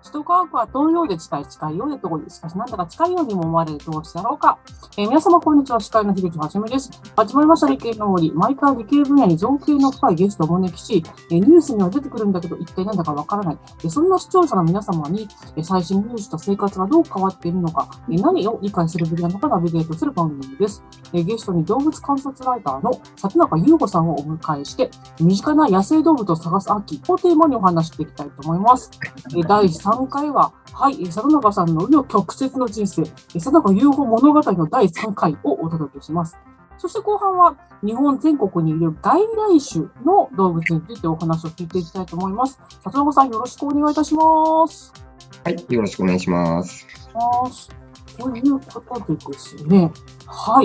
人科学は遠いようで近いようで遠い。しかしなんだか近いようにも思われるどうしてだろうか。皆様こんにちは。司会の樋口はじめです。始まりました理系の森。毎回理系分野に造形の深いゲストをお招きし、ニュースには出てくるんだけど一体なんだかわからない。そんな視聴者の皆様に最新ニュースと生活がどう変わっているのか、何を理解するべきなのかナビゲートする番組です。ゲストに動物観察ライターの里中優子さんをお迎えして、身近な野生動物を探す秋をテーマにお話していきたいと思います。第3回は、里中さんの紆余曲折の人生、里中優子物語の第3回をお届けします。そして後半は、日本全国にいる外来種の動物についてお話を聞いていきたいと思います。里中さん、よろしくお願いいたします。 はい、よろしくお願いします。 ということでですね、はい。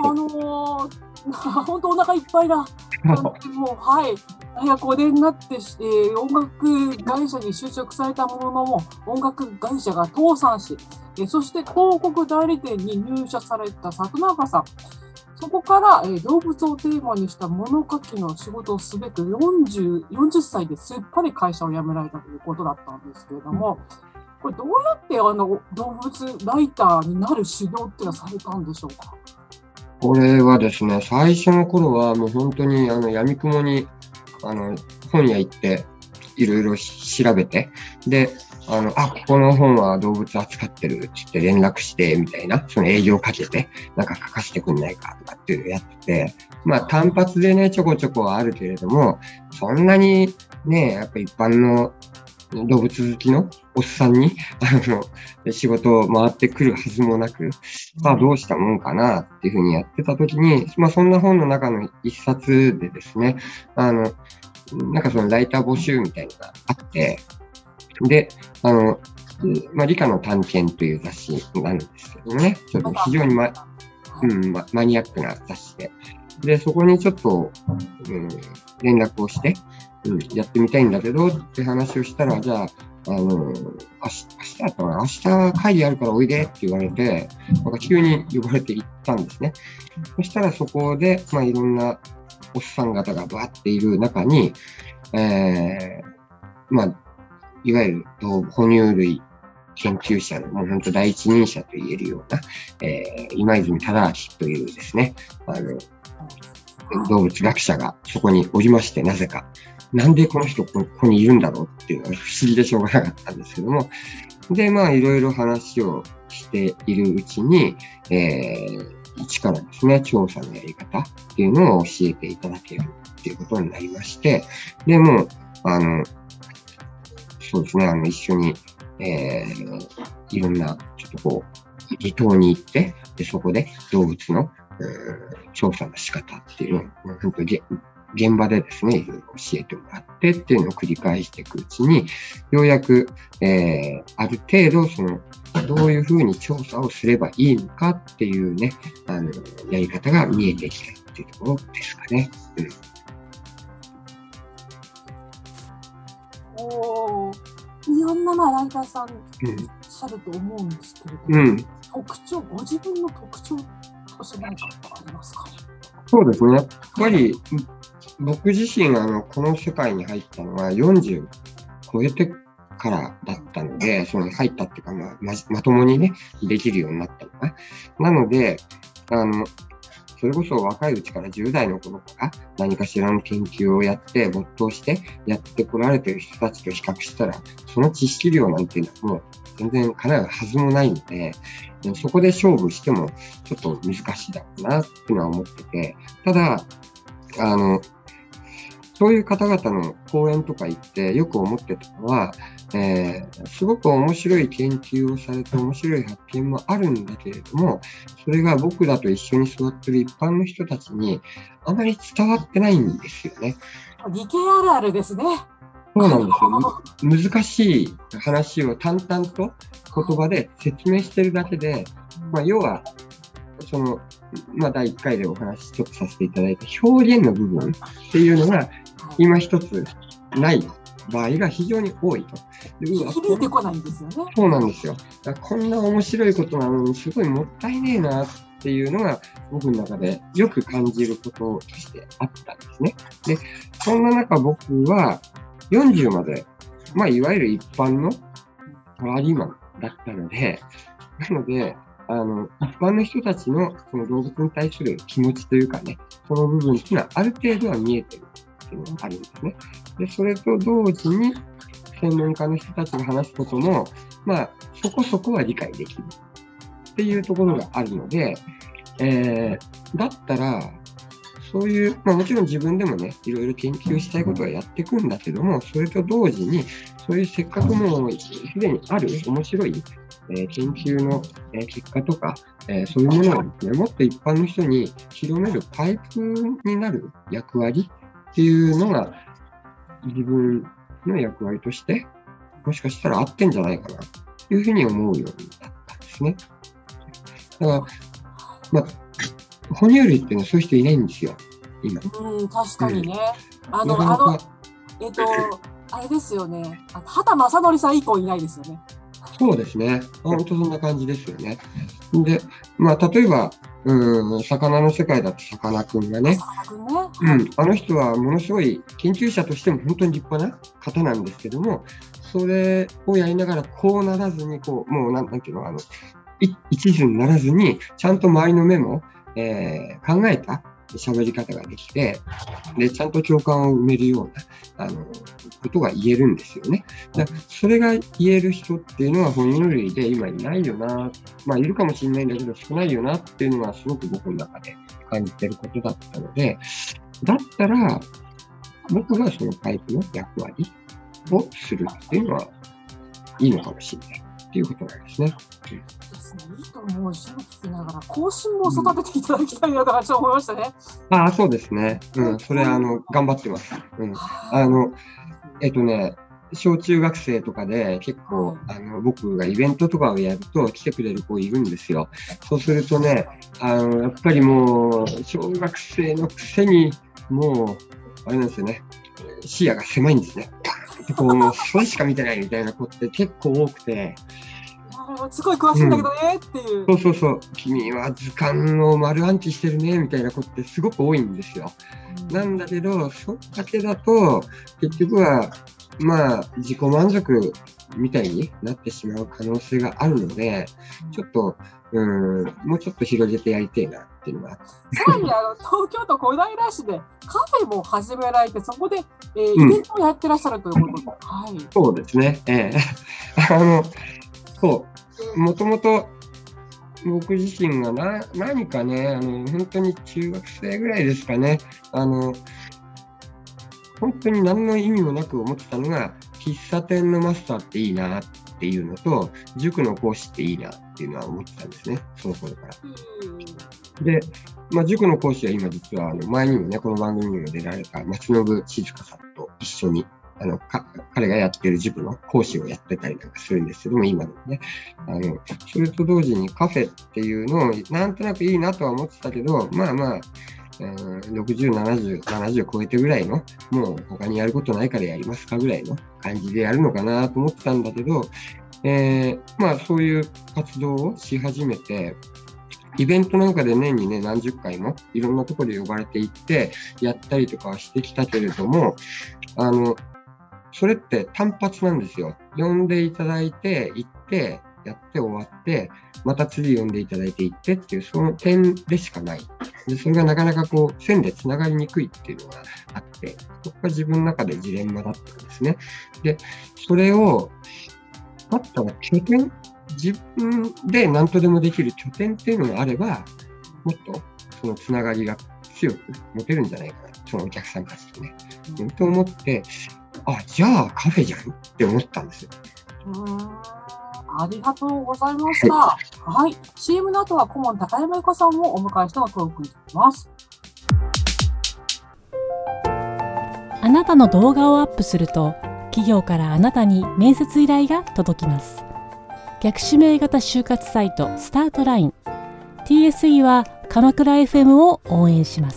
本当お腹いっぱいだ。もう、早くお出になって、音楽会社に就職されたもののも、音楽会社が倒産し、そして広告代理店に入社された里中さん。そこから、動物をテーマにした物書きの仕事をすべく40歳ですっぱり会社を辞められたということだったんですけれども、これどうやって動物ライターになる修行っていうのはされたんでしょうか？ これはですね、最初の頃はもう本当に闇雲に本屋行っていろいろ調べて、で、ここの本は動物扱ってるって言って連絡してみたいな、その営業かけてなんか書かせてくんないかとかっていうのをやってて、単発でねちょこちょこはあるけれども、そんなにねやっぱ一般の動物好きのおっさんに仕事を回ってくるはずもなく、どうしたもんかなっていうふうにやってた時に、そんな本の中の一冊でですね、なんかそのライター募集みたいなのがあって、で、理科の探検という雑誌なんですけどね、ちょっと非常にマニアックな雑誌で、そこにちょっと、連絡をして、やってみたいんだけどって話をしたら、じゃあ、明日だったかな、明日会議あるからおいでって言われて、なんか急に呼ばれて行ったんですね。そしたらそこで、いろんなおっさん方がバーっている中に、いわゆる哺乳類研究者のもう本当第一人者と言えるような、今泉忠明というですね、動物学者がそこにおりまして、なぜか。なんでこの人ここにいるんだろうっていうのは不思議でしょうがなかったんですけども。で、いろいろ話をしているうちに、一からですね、調査のやり方っていうのを教えていただけるっていうことになりまして、で、もう、そうですね、一緒に、いろんな、ちょっと離島に行って、で、そこで動物の、調査の仕方っていうのを、本当に現場でですね、いろいろ教えてもらってっていうのを繰り返していくうちに、ようやく、ある程度、どういうふうに調査をすればいいのかっていうね、やり方が見えてきたっていうところですかね。 いろんなライターさんいらっしゃると思うんですけれども、ご自分の特徴として何かありますか？ そうですね。やっぱり僕自身この世界に入ったのは40超えてからだったので、入ったっていうか、まともにね、できるようになったのが。なので、それこそ若いうちから10代の頃から何かしらの研究をやって没頭してやってこられている人たちと比較したら、その知識量なんていうのはもう全然叶うはずもないので、そこで勝負してもちょっと難しいだろうなっていうのは思ってて、ただ、そういう方々の講演とか行ってよく思ってたのは、すごく面白い研究をされて面白い発見もあるんだけれども、それが僕らと一緒に座ってる一般の人たちにあまり伝わってないんですよね。 理系あるあるですね。 そうなんですよ。難しい話を淡々と言葉で説明してるだけで、要は第1回でお話ちょっとさせていただいた表現の部分っていうのが今一つない場合が非常に多いと。 響いてこないんですよね。 そうなんですよ。こんな面白いことなのにすごいもったいねえなっていうのが僕の中でよく感じることとしてあったんですね。で、そんな中僕は40まで、いわゆる一般のサラリーマンだったので、なので、一般の人たちのその動物に対する気持ちというかね、その部分っていうのはある程度は見えてるっていうのがあるんですね。で、それと同時に、専門家の人たちが話すことも、そこそこは理解できるっていうところがあるので、だったら、そういう、もちろん自分でもね、いろいろ研究したいことはやっていくんだけども、それと同時に、そういうせっかくもうすでにある面白い、研究の、結果とか、そういうものをですね、もっと一般の人に広めるパイプになる役割っていうのが、自分の役割として、もしかしたら合ってんじゃないかな、というふうに思うようになったんですね。だから、哺乳類っていうのはそういう人いないんですよ、今。 確かにね。あれですよね。畑正憲さん以降いないですよね。 そうですね。本当そんな感じですよね。で、例えば、魚の世界だとさかなクンがね、あの人はものすごい研究者としても本当に立派な方なんですけども、それをやりながらこうならずに、もうなんていうの、一途にならずに、ちゃんと周りの目も、考えた喋り方ができて、で、ちゃんと共感を埋めるような、ことが言えるんですよね。それが言える人っていうのは哺乳類で今いないよな、いるかもしれないんだけど少ないよなっていうのがすごく僕の中で感じてることだったので、だったら、僕がそのパイプの役割をするっていうのはいいのかもしれないっていうことなんですね。 いいと思うし、聞きながら後進も育てていただきたいなと私は思いましたね。 そうですね。それ頑張ってます。小中学生とかで結構、僕がイベントとかをやると来てくれる子いるんですよ。そうするとね、やっぱりもう、小学生のくせに、もう、あれなんですよね、視野が狭いんですね。もうそれしか見てないみたいな子って結構多くて、 すごい詳しいんだけどねっていう。 そう。君は図鑑を丸暗記してるねみたいな子ってすごく多いんですよ。なんだけど、それだけだと、結局は、自己満足みたいになってしまう可能性があるので、ちょっと、もうちょっと広げてやりたいなっていうのが。 さらに東京都小平市でカフェも始められて、そこで、イベントをやってらっしゃるということで。 そうですね。もともと僕自身が何かね、本当に中学生ぐらいですかね、本当に何の意味もなく思ってたのが、喫茶店のマスターっていいなっていうのと、塾の講師っていいなっていうのは思ってたんですね、その頃から。で、塾の講師は今実は前にもね、この番組にも出られた松信静香さんと一緒に、彼がやってる塾の講師をやってたりなんかするんですけども、今でもね。それと同時にカフェっていうのをなんとなくいいなとは思ってたけど、60、70超えてぐらいの、もう他にやることないからやりますかぐらいの感じでやるのかなと思ってたんだけど、そういう活動をし始めて、イベントなんかで年にね、何十回もいろんなところで呼ばれていってやったりとかはしてきたけれども、それって単発なんですよ。呼んでいただいて、行って、やって終わって、また次呼んでいただいて行ってっていう、その点でしかない。で、それがなかなか線で繋がりにくいっていうのがあって、そこが自分の中でジレンマだったんですね。で、それを、だったら拠点、自分で何とでもできる拠点っていうのがあれば、もっとその繋がりが強く持てるんじゃないかな。そのお客さんたちとね。と思って、じゃあカフェじゃんって思ったんですよ。 ありがとうございました。はい。CM の後は顧問高山由香さんをお迎えしてのトークになります。 あなたの動画をアップすると、企業からあなたに面接依頼が届きます。逆指名型就活サイトスタートライン TSE は鎌倉 FM を応援します。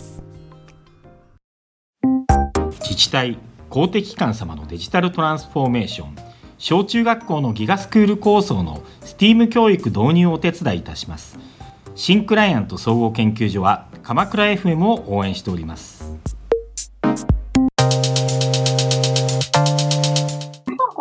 自治体公的機関様のデジタルトランスフォーメーション、小中学校のギガスクール構想の STEAM 教育導入をお手伝いいたします。新クライアント総合研究所は鎌倉 FM を応援しております。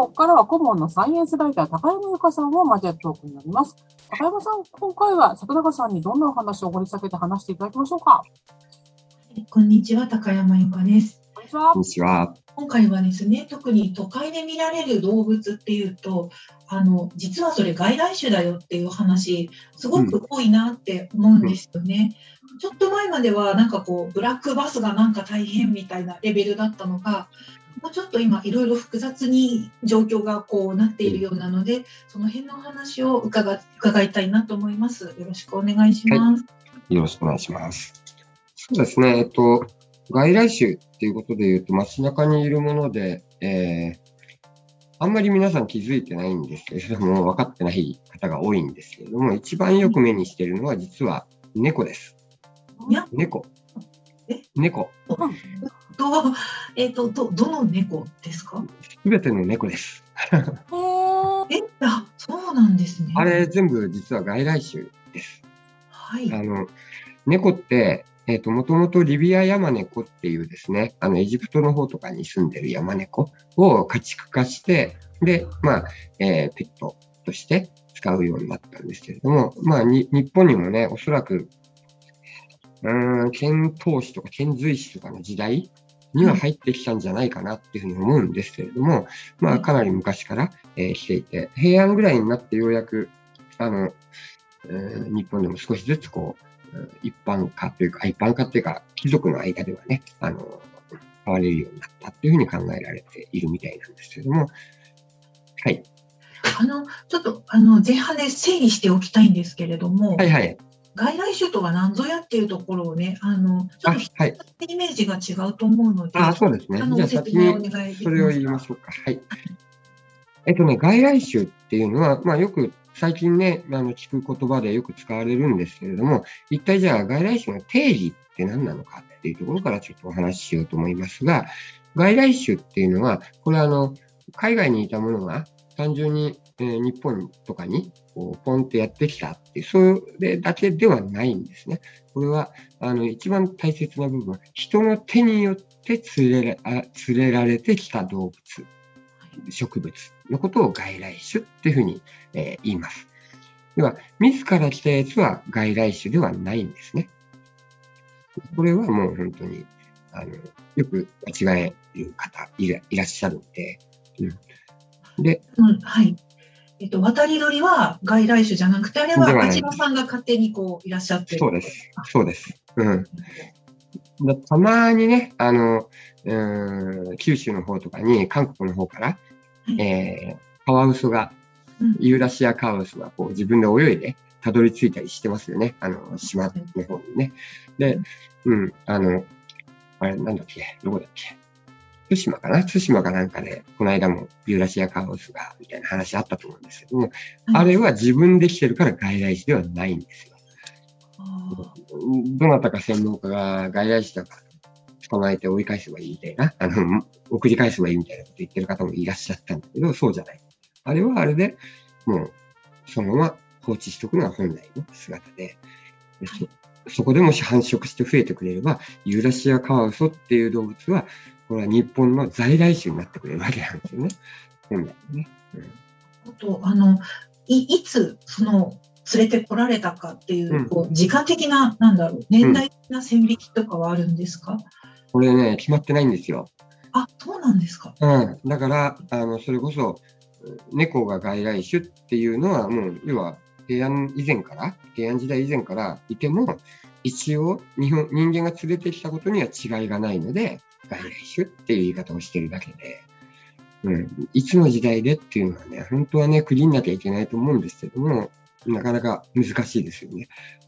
こからは顧問のサイエンスライター、高山由香さんを交えたトークになります。高山さん、今回は桜中さんにどんなお話を掘り下げて話していただきましょうか。 こんにちは、高山由香です。 こんにちは。 こんにちは。 今回はですね、特に都会で見られる動物っていうと、実はそれ外来種だよっていう話、すごく多いなって思うんですよね。ちょっと前まではなんかこうブラックバスがなんか大変みたいなレベルだったのが、もうちょっと今いろいろ複雑に状況がこうなっているようなので、その辺のお話を伺いたいなと思います。よろしくお願いします。 はい、よろしくお願いします。そうですね。外来種っていうことで言うと、街中にいるもので、あんまり皆さん気づいてないんですけれども、分かってない方が多いんですけれども、一番よく目にしているのは実は猫です。猫。 どの猫ですか？ すべての猫です。 そうなんですね。 あれ全部実は外来種です。 はい。 猫って、もともとリビアヤマネコっていうですね、エジプトの方とかに住んでるヤマネコを家畜化して、で、ペットとして使うようになったんですけれども、日本にもね、おそらく、遣唐使とか遣隋使とかの時代には入ってきたんじゃないかなっていうふうに思うんですけれども、かなり昔から、来ていて、平安ぐらいになってようやく、日本でも少しずつこう、一般化っていうか、貴族の間ではね、買われるようになったっていうふうに考えられているみたいなんですけれども、はい。 ちょっと、前半で整理しておきたいんですけれども、 はいはい。 外来種とは何ぞやっていうところをね、ちょっとイメージが違うと思うので、 そうですね。じゃあ先にそれを言いましょうか。はい。外来種っていうのは、よく最近ね、聞く言葉でよく使われるんですけれども、一体じゃあ外来種の定義って何なのかっていうところからちょっとお話ししようと思いますが、外来種っていうのは、これ海外にいたものが単純に、日本とかにこうポンってやってきたっていう、それだけではないんですね。これは、一番大切な部分は、人の手によって連れられてきた動物、植物のことを外来種っていうふうに、言います。では、自ら来たやつは外来種ではないんですね。これはもう本当に、よく間違える方いらっしゃるので、で、 はい。渡り鳥は外来種じゃなくて、あれは町野さんが勝手にこういらっしゃってる。 そうです。そうです。たまにね、九州の方とかに、韓国の方から、カワウソが、ユーラシアカワウソがこう自分で泳いでたどり着いたりしてますよね。島の方にね。で、あれなんだっけ、どこだっけ。対馬かなんかで、この間もユーラシアカワウソが、みたいな話あったと思うんですけども、あれは自分で来てるから外来種ではないんですよ。どなたか専門家が外来種だから捕まえて追い返せばいいみたいな、送り返せばいいみたいなこと言ってる方もいらっしゃったんだけど、そうじゃない。あれはあれで、もう、そのまま放置しとくのが本来の姿で、そこでもし繁殖して増えてくれれば、ユーラシアカワウソっていう動物は、これは日本の在来種になってくれるわけなんですよね。本来ね。 あと、いつ、連れてこられたかっていう、時間的な、年代的な線引きとかはあるんですか？ これね、決まってないんですよ。 そうなんですか。 だから、それこそ、猫が外来種っていうのは、もう、要は、平安時代以前からいても、一応、人間が連れてきたことには違いがないので、外来種っていう言い方をしてるだけで、いつの時代でっていうのはね、本当はね、区切んなきゃいけないと思うんですけども、なかなか難しいですよね。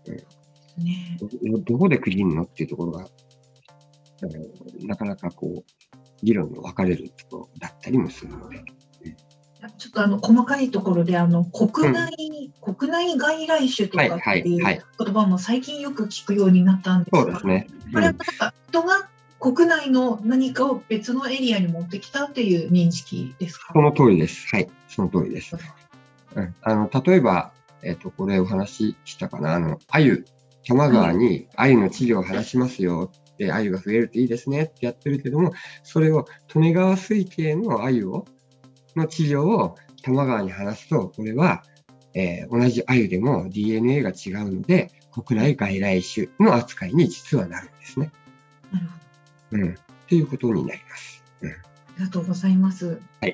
どこで区切るのっていうところが、なかなかこう、議論の分かれるところだったりもするので。 ちょっと細かいところで、国内外来種とかっていう言葉も最近よく聞くようになったんですが、 そうですね。 これは人が国内の何かを別のエリアに持ってきたっていう認識ですか？ その通りです。はい、その通りです。例えば、これお話ししたかな、鮎、多摩川に鮎の稚魚を放しますよって、鮎が増えるといいですねってやってるけども、それを利根川水系の鮎をの治療を多摩川に放すと、これは、同じ鮎でも DNA が違うので、国内外来種の扱いに実はなるんですね。 なるほど。 ということになります。 ありがとうございます。 はい。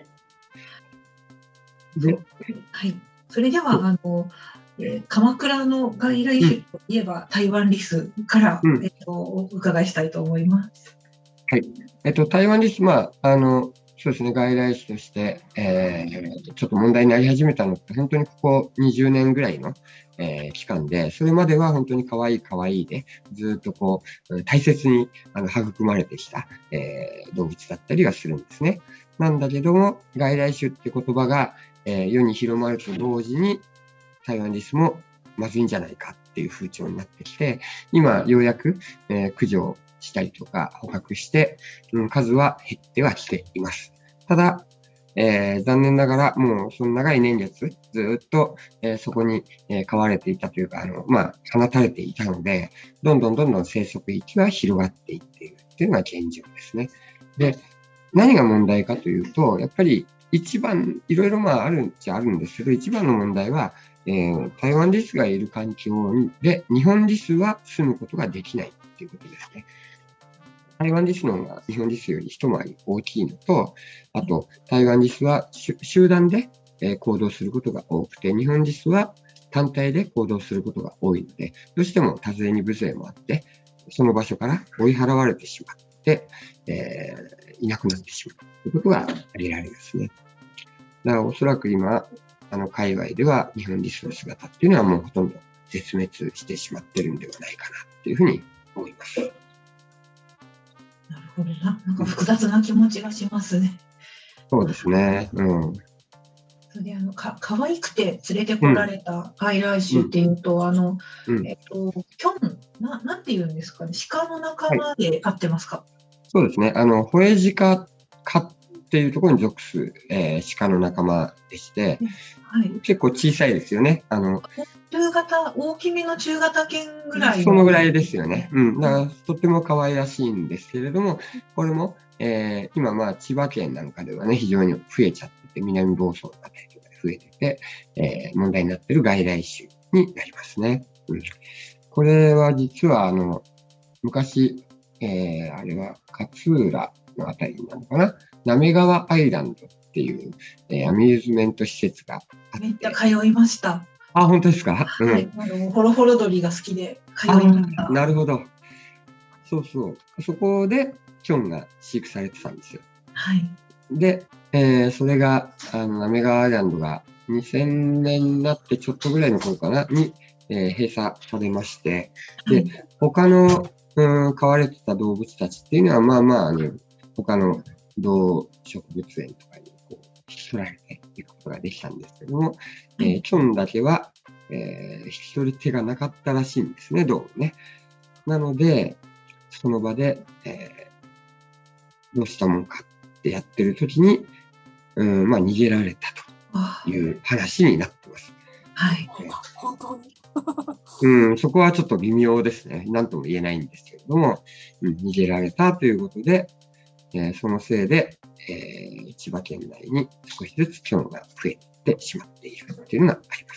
はい。それでは、鎌倉の外来種といえば、台湾リスから、お伺いしたいと思います。 はい。台湾リス、そうですね、外来種として、ちょっと問題になり始めたのって、本当にここ20年ぐらいの、期間で、それまでは本当に可愛いで、ずっと大切に育まれてきた、動物だったりはするんですね。なんだけども、外来種って言葉が、世に広まると同時に、台湾リスもまずいんじゃないかっていう風潮になってきて、今、ようやく、駆除したりとか捕獲して、数は減ってはきています。ただ、残念ながらもうその長い年月ずっと、そこに、飼われていたというか放たれていたので、どんどん生息域は広がっていっているっていうのが現状ですね。で、何が問題かというと、やっぱり一番いろいろあるっちゃあるんですけど、一番の問題は、台湾リスがいる環境で日本リスは住むことができないっていうことですね。台湾リスの方が日本リスより一回り大きいのと、あと台湾リスは集団で行動することが多くて、日本リスは単体で行動することが多いので、どうしても多勢に無勢もあって、その場所から追い払われてしまって、いなくなってしまうということがあり得るんですね。だからおそらく今、界隈では日本リスの姿っていうのはもうほとんど絶滅してしまってるんではないかなというふうに思います。 なるほどな。なんか複雑な気持ちがしますね。 そうですね。 それで可愛くて連れてこられた外来種っていうと、キョン、なんて言うんですかね。鹿の仲間で合ってますか？ そうですね。ホエジカ科っていうところに属する、鹿の仲間でして、結構小さいですよね。 大きめの中型犬ぐらい。 そのぐらいですよね。だからとっても可愛らしいんですけれども、これも、今千葉県なんかではね、非常に増えちゃってて、南房総あたりとかで増えてて、問題になっている外来種になりますね。これは実は昔、あれは勝浦のあたりなのかな、滑川アイランドっていう、アミューズメント施設があって。 めっちゃ通いました。 あ、本当ですか？ はい。ホロホロ鳥が好きで通いました。 なるほど。そう。そこでキョンが飼育されてたんですよ。 はい。 で、それが、滑川アイランドが2000年になってちょっとぐらいの頃かなに、閉鎖されまして、で、他の、飼われてた動物たちっていうのは、他の動植物園とかに引き取られていくことができたんですけども、キョンだけは、引き取り手がなかったらしいんですね、どうもね。なので、その場で、どうしたもんかってやってる時に、逃げられたという話になってます。 はい。 本当にそこはちょっと微妙ですね。何とも言えないんですけれども、逃げられたということで、そのせいで、千葉県内に少しずつキョンが増えてしまっているというのがあります。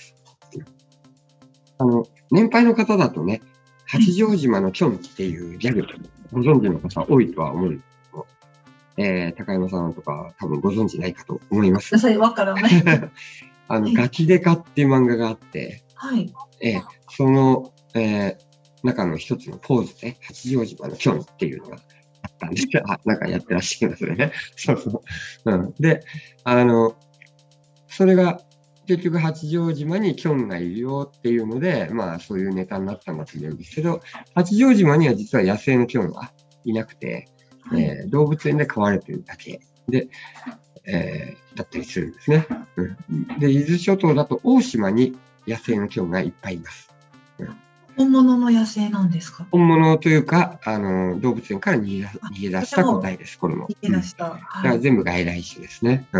年配の方だとね、八丈島のキョンっていうギャグ、ご存知の方多いとは思うんですけど、高山さんとか多分ご存知ないかと思います。 それわからない。 ガキデカっていう漫画があって、 はい。 その、中の一つのポーズで、八丈島のキョンっていうのがあったんですけど、なんかやってらっしゃいますよね。そう。で、それが、結局八丈島にキョンがいるよっていうので、そういうネタになったんだと思うんですけど、八丈島には実は野生のキョンはいなくて、動物園で飼われてるだけで、だったりするんですね。で、伊豆諸島だと大島に野生のキョンがいっぱいいます。 本物の野生なんですか？ 本物というか、動物園から逃げ出した個体です、これも。 逃げ出した。 だから全部外来種ですね。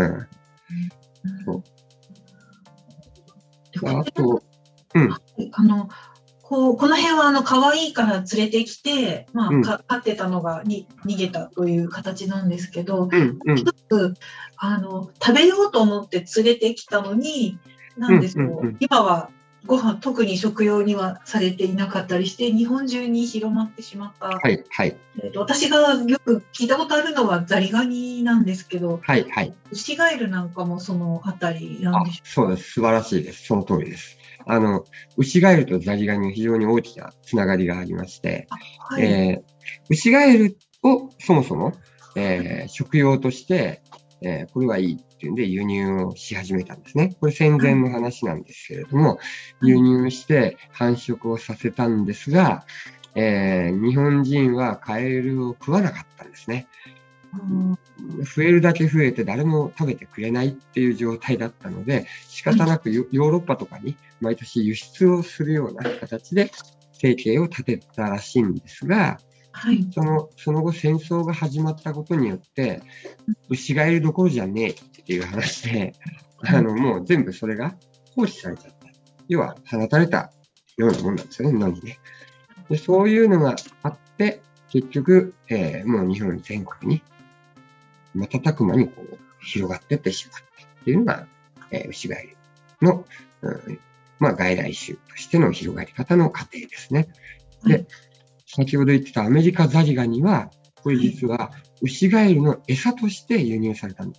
そう。あと、 この辺は可愛いから連れてきて、飼ってたのが逃げたという形なんですけど、一つ食べようと思って連れてきたのに、なんで今はご飯特に食用にはされていなかったりして日本中に広まってしまった、私がよく聞いたことあるのはザリガニなんですけど、ウシガエルなんかもそのあたりなんでしょうか？ そうです、素晴らしいです。その通りです。ウシガエルとザリガニは非常に大きなつながりがありまして、ウシガエルをそもそも、食用として、これはいいっていうんで輸入をし始めたんですね。これ戦前の話なんですけれども、輸入して繁殖をさせたんですが、日本人はカエルを食わなかったんですね。増えるだけ増えて誰も食べてくれないっていう状態だったので、仕方なくヨーロッパとかに毎年輸出をするような形で生計を立てたらしいんですが、その後戦争が始まったことによって、ウシガエルどころじゃねえっていう話で、もう全部それが放置されちゃった。要は放たれたようなもんなんですよね、野にね。で、そういうのがあって、結局、もう日本全国に瞬く間にこう広がっていってしまったっていうのが、ウシガエルの、外来種としての広がり方の過程ですね。で、先ほど言ってたアメリカザリガニは、これ実はウシガエルの餌として輸入されたんです。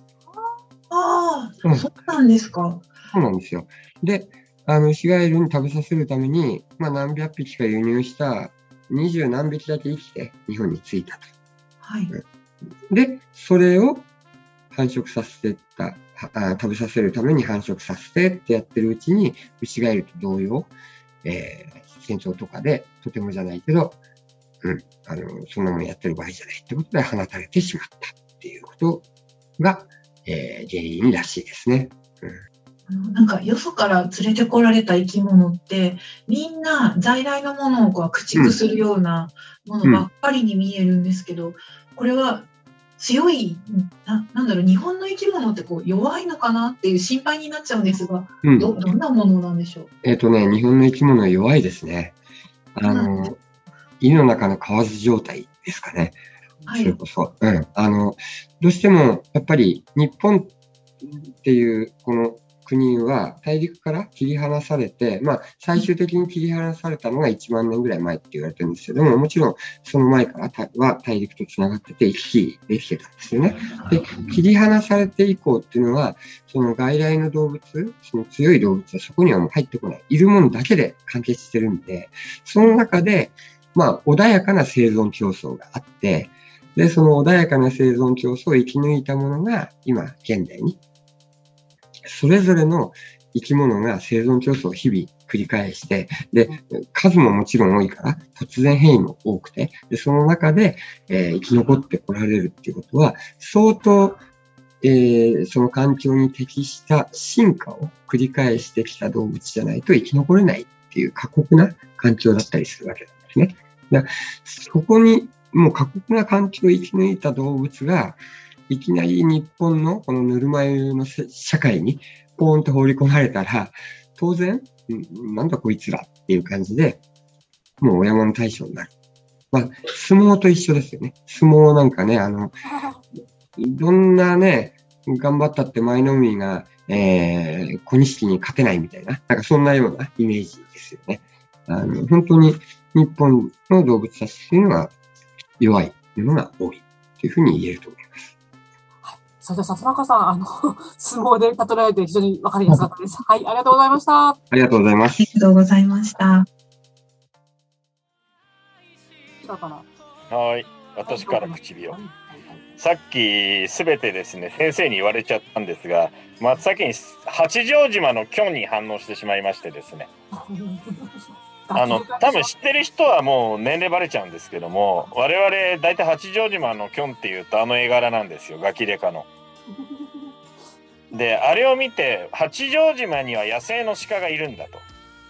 そうなんですか。 そうなんですよ。で、ウシガエルに食べさせるために、何百匹か輸入した20何匹だけ生きて日本に着いたと。で、それを繁殖させてた、食べさせるために繁殖させてってやってるうちに、ウシガエルと同様、戦争とかでとてもじゃないけど、そんなものやってる場合じゃないってことで放たれてしまったっていうことが、原因らしいですね。 なんかよそから連れてこられた生き物ってみんな在来のものを駆逐するようなものばっかりに見えるんですけど、これは強い日本の生き物って弱いのかなっていう心配になっちゃうんですが、どんなものなんでしょう？ 日本の生き物は弱いですね。胃の中の蛙状態ですかね。それこそ。どうしてもやっぱり日本っていうこの国は大陸から切り離されて、最終的に切り離されたのが1万年ぐらい前って言われてるんですけども、もちろんその前からは大陸とつながってて行き来できてたんですよね。で、切り離されて以降っていうのは、その外来の動物、その強い動物はそこにはもう入ってこない。いるものだけで完結してるんで、その中で、穏やかな生存競争があって、で、その穏やかな生存競争を生き抜いたものが、今、現代に、それぞれの生き物が生存競争を日々繰り返して、で、数ももちろん多いから、突然変異も多くて、で、その中で、生き残ってこられるっていうことは、相当、その環境に適した進化を繰り返してきた動物じゃないと生き残れないっていう過酷な環境だったりするわけなんですね。で、そこに、もう過酷な環境を生き抜いた動物が、いきなり日本のこのぬるま湯の社会にポーンと放り込まれたら、当然、なんだこいつらっていう感じで、もう親物対象になる。相撲と一緒ですよね。相撲なんかね、どんなね、頑張ったって舞の海が、小錦に勝てないみたいな、なんかそんなようなイメージですよね。本当に日本の動物たちっていうのは弱いというのが多いというふうに言えると思います。 それでは、里中さん、相撲で例えられて非常にわかりやすかったです。はい、ありがとうございました。 ありがとうございます。 ありがとうございました。 はい、私から唇を。さっきすべてですね、先生に言われちゃったんですが、真っ先に八丈島のキョンに反応してしまいましてですね。多分知ってる人はもう年齢バレちゃうんですけども、我々大体八丈島のキョンっていうと絵柄なんですよ、ガキレカの。で、あれを見て八丈島には野生の鹿がいるんだと、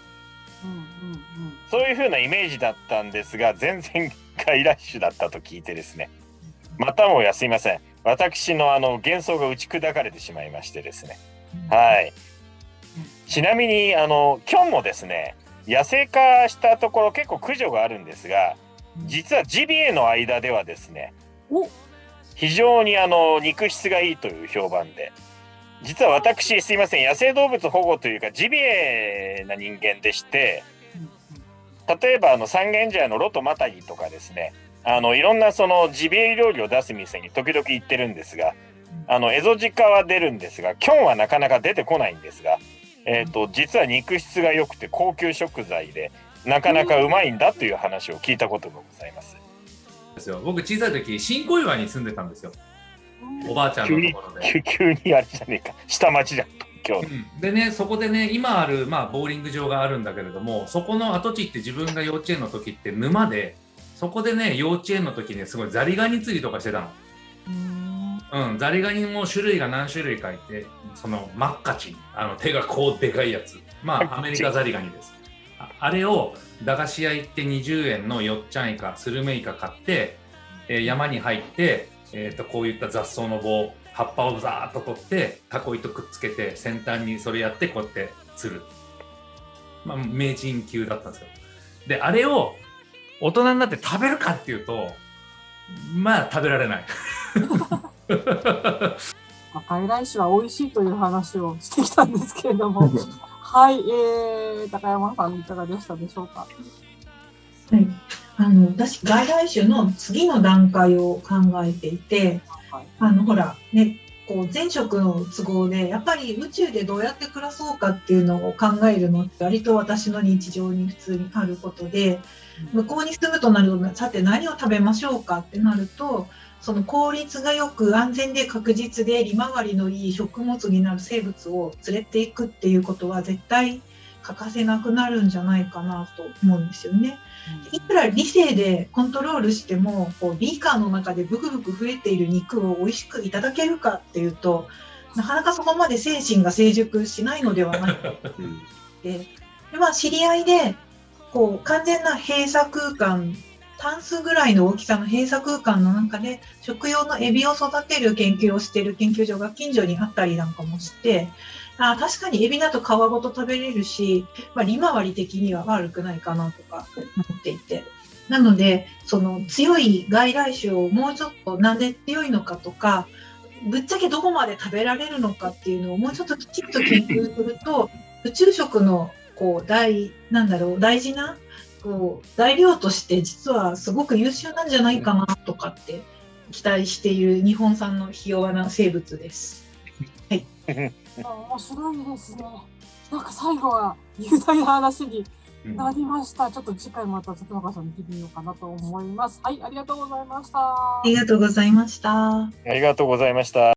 そういう風なイメージだったんですが、全然外来種だったと聞いてですね、またもやすいません、私の幻想が打ち砕かれてしまいましてですね、はい。ちなみにキョンもですね、 野生化したところ結構駆除があるんですが、実はジビエの間ではですね、非常に肉質がいいという評判で、実は私すいません、野生動物保護というかジビエな人間でして、例えば三軒茶屋のロトマタギとかですね、いろんなそのジビエ料理を出す店に時々行ってるんですが、エゾジカは出るんですが、キョンはなかなか出てこないんですが、実は肉質が良くて高級食材でなかなかうまいんだという話を聞いたことがございます。 僕小さい時新小岩に住んでたんですよ、おばあちゃんのところで。 急にあれじゃねえか、下町じゃん今日、 でね、そこでね、今ある、ボーリング場があるんだけれども、そこの跡地って自分が幼稚園の時って沼で、そこでね、幼稚園の時にすごいザリガニ釣りとかしてたの。ザリガニも種類が何種類かいて、そのマッカチン、手がこうでかいやつ、アメリカザリガニです。あれを駄菓子屋行って20円のよっちゃんイカ、スルメイカ買って、山に入って、こういった雑草の棒、葉っぱをザーッと取ってタコ糸くっつけて先端にそれやってこうやって釣る、名人級だったんですよ。であれを大人になって食べるかっていうと食べられない外来種は美味しいという話をしてきたんですけれどもはい、高山さんいかがでしたでしょうか。 はい、私外来種の次の段階を考えていて、ほらね、こう前職の都合でやっぱり宇宙でどうやって暮らそうかっていうのを考えるのって割と私の日常に普通にあることで、向こうに住むとなるとさて何を食べましょうかってなると、その効率がよく安全で確実で利回りのいい食物になる生物を連れていくっていうことは絶対欠かせなくなるんじゃないかなと思うんですよね。いくら理性でコントロールしてもビーカーの中でブクブク増えている肉を美味しくいただけるかっていうと、なかなかそこまで精神が成熟しないのではないかと思ってで、知り合いで完全な閉鎖空間、タンスぐらいの大きさの閉鎖空間の中で食用のエビを育てる研究をしている研究所が近所にあったりなんかもして、確かにエビだと皮ごと食べれるし、利回り的には悪くないかなとか思っていて、なのでその強い外来種をもうちょっとなんで強いのかとか、ぶっちゃけどこまで食べられるのかっていうのをもうちょっときちっと研究すると宇宙食の大事な材料として実はすごく優秀なんじゃないかなとかって期待している日本産のひ弱な生物です。はい。 面白いですね。なんか最後は雄大な話になりました。ちょっと次回また里中さんに聞いてみようかなと思います。はい、ありがとうございました。 ありがとうございました。 ありがとうございました。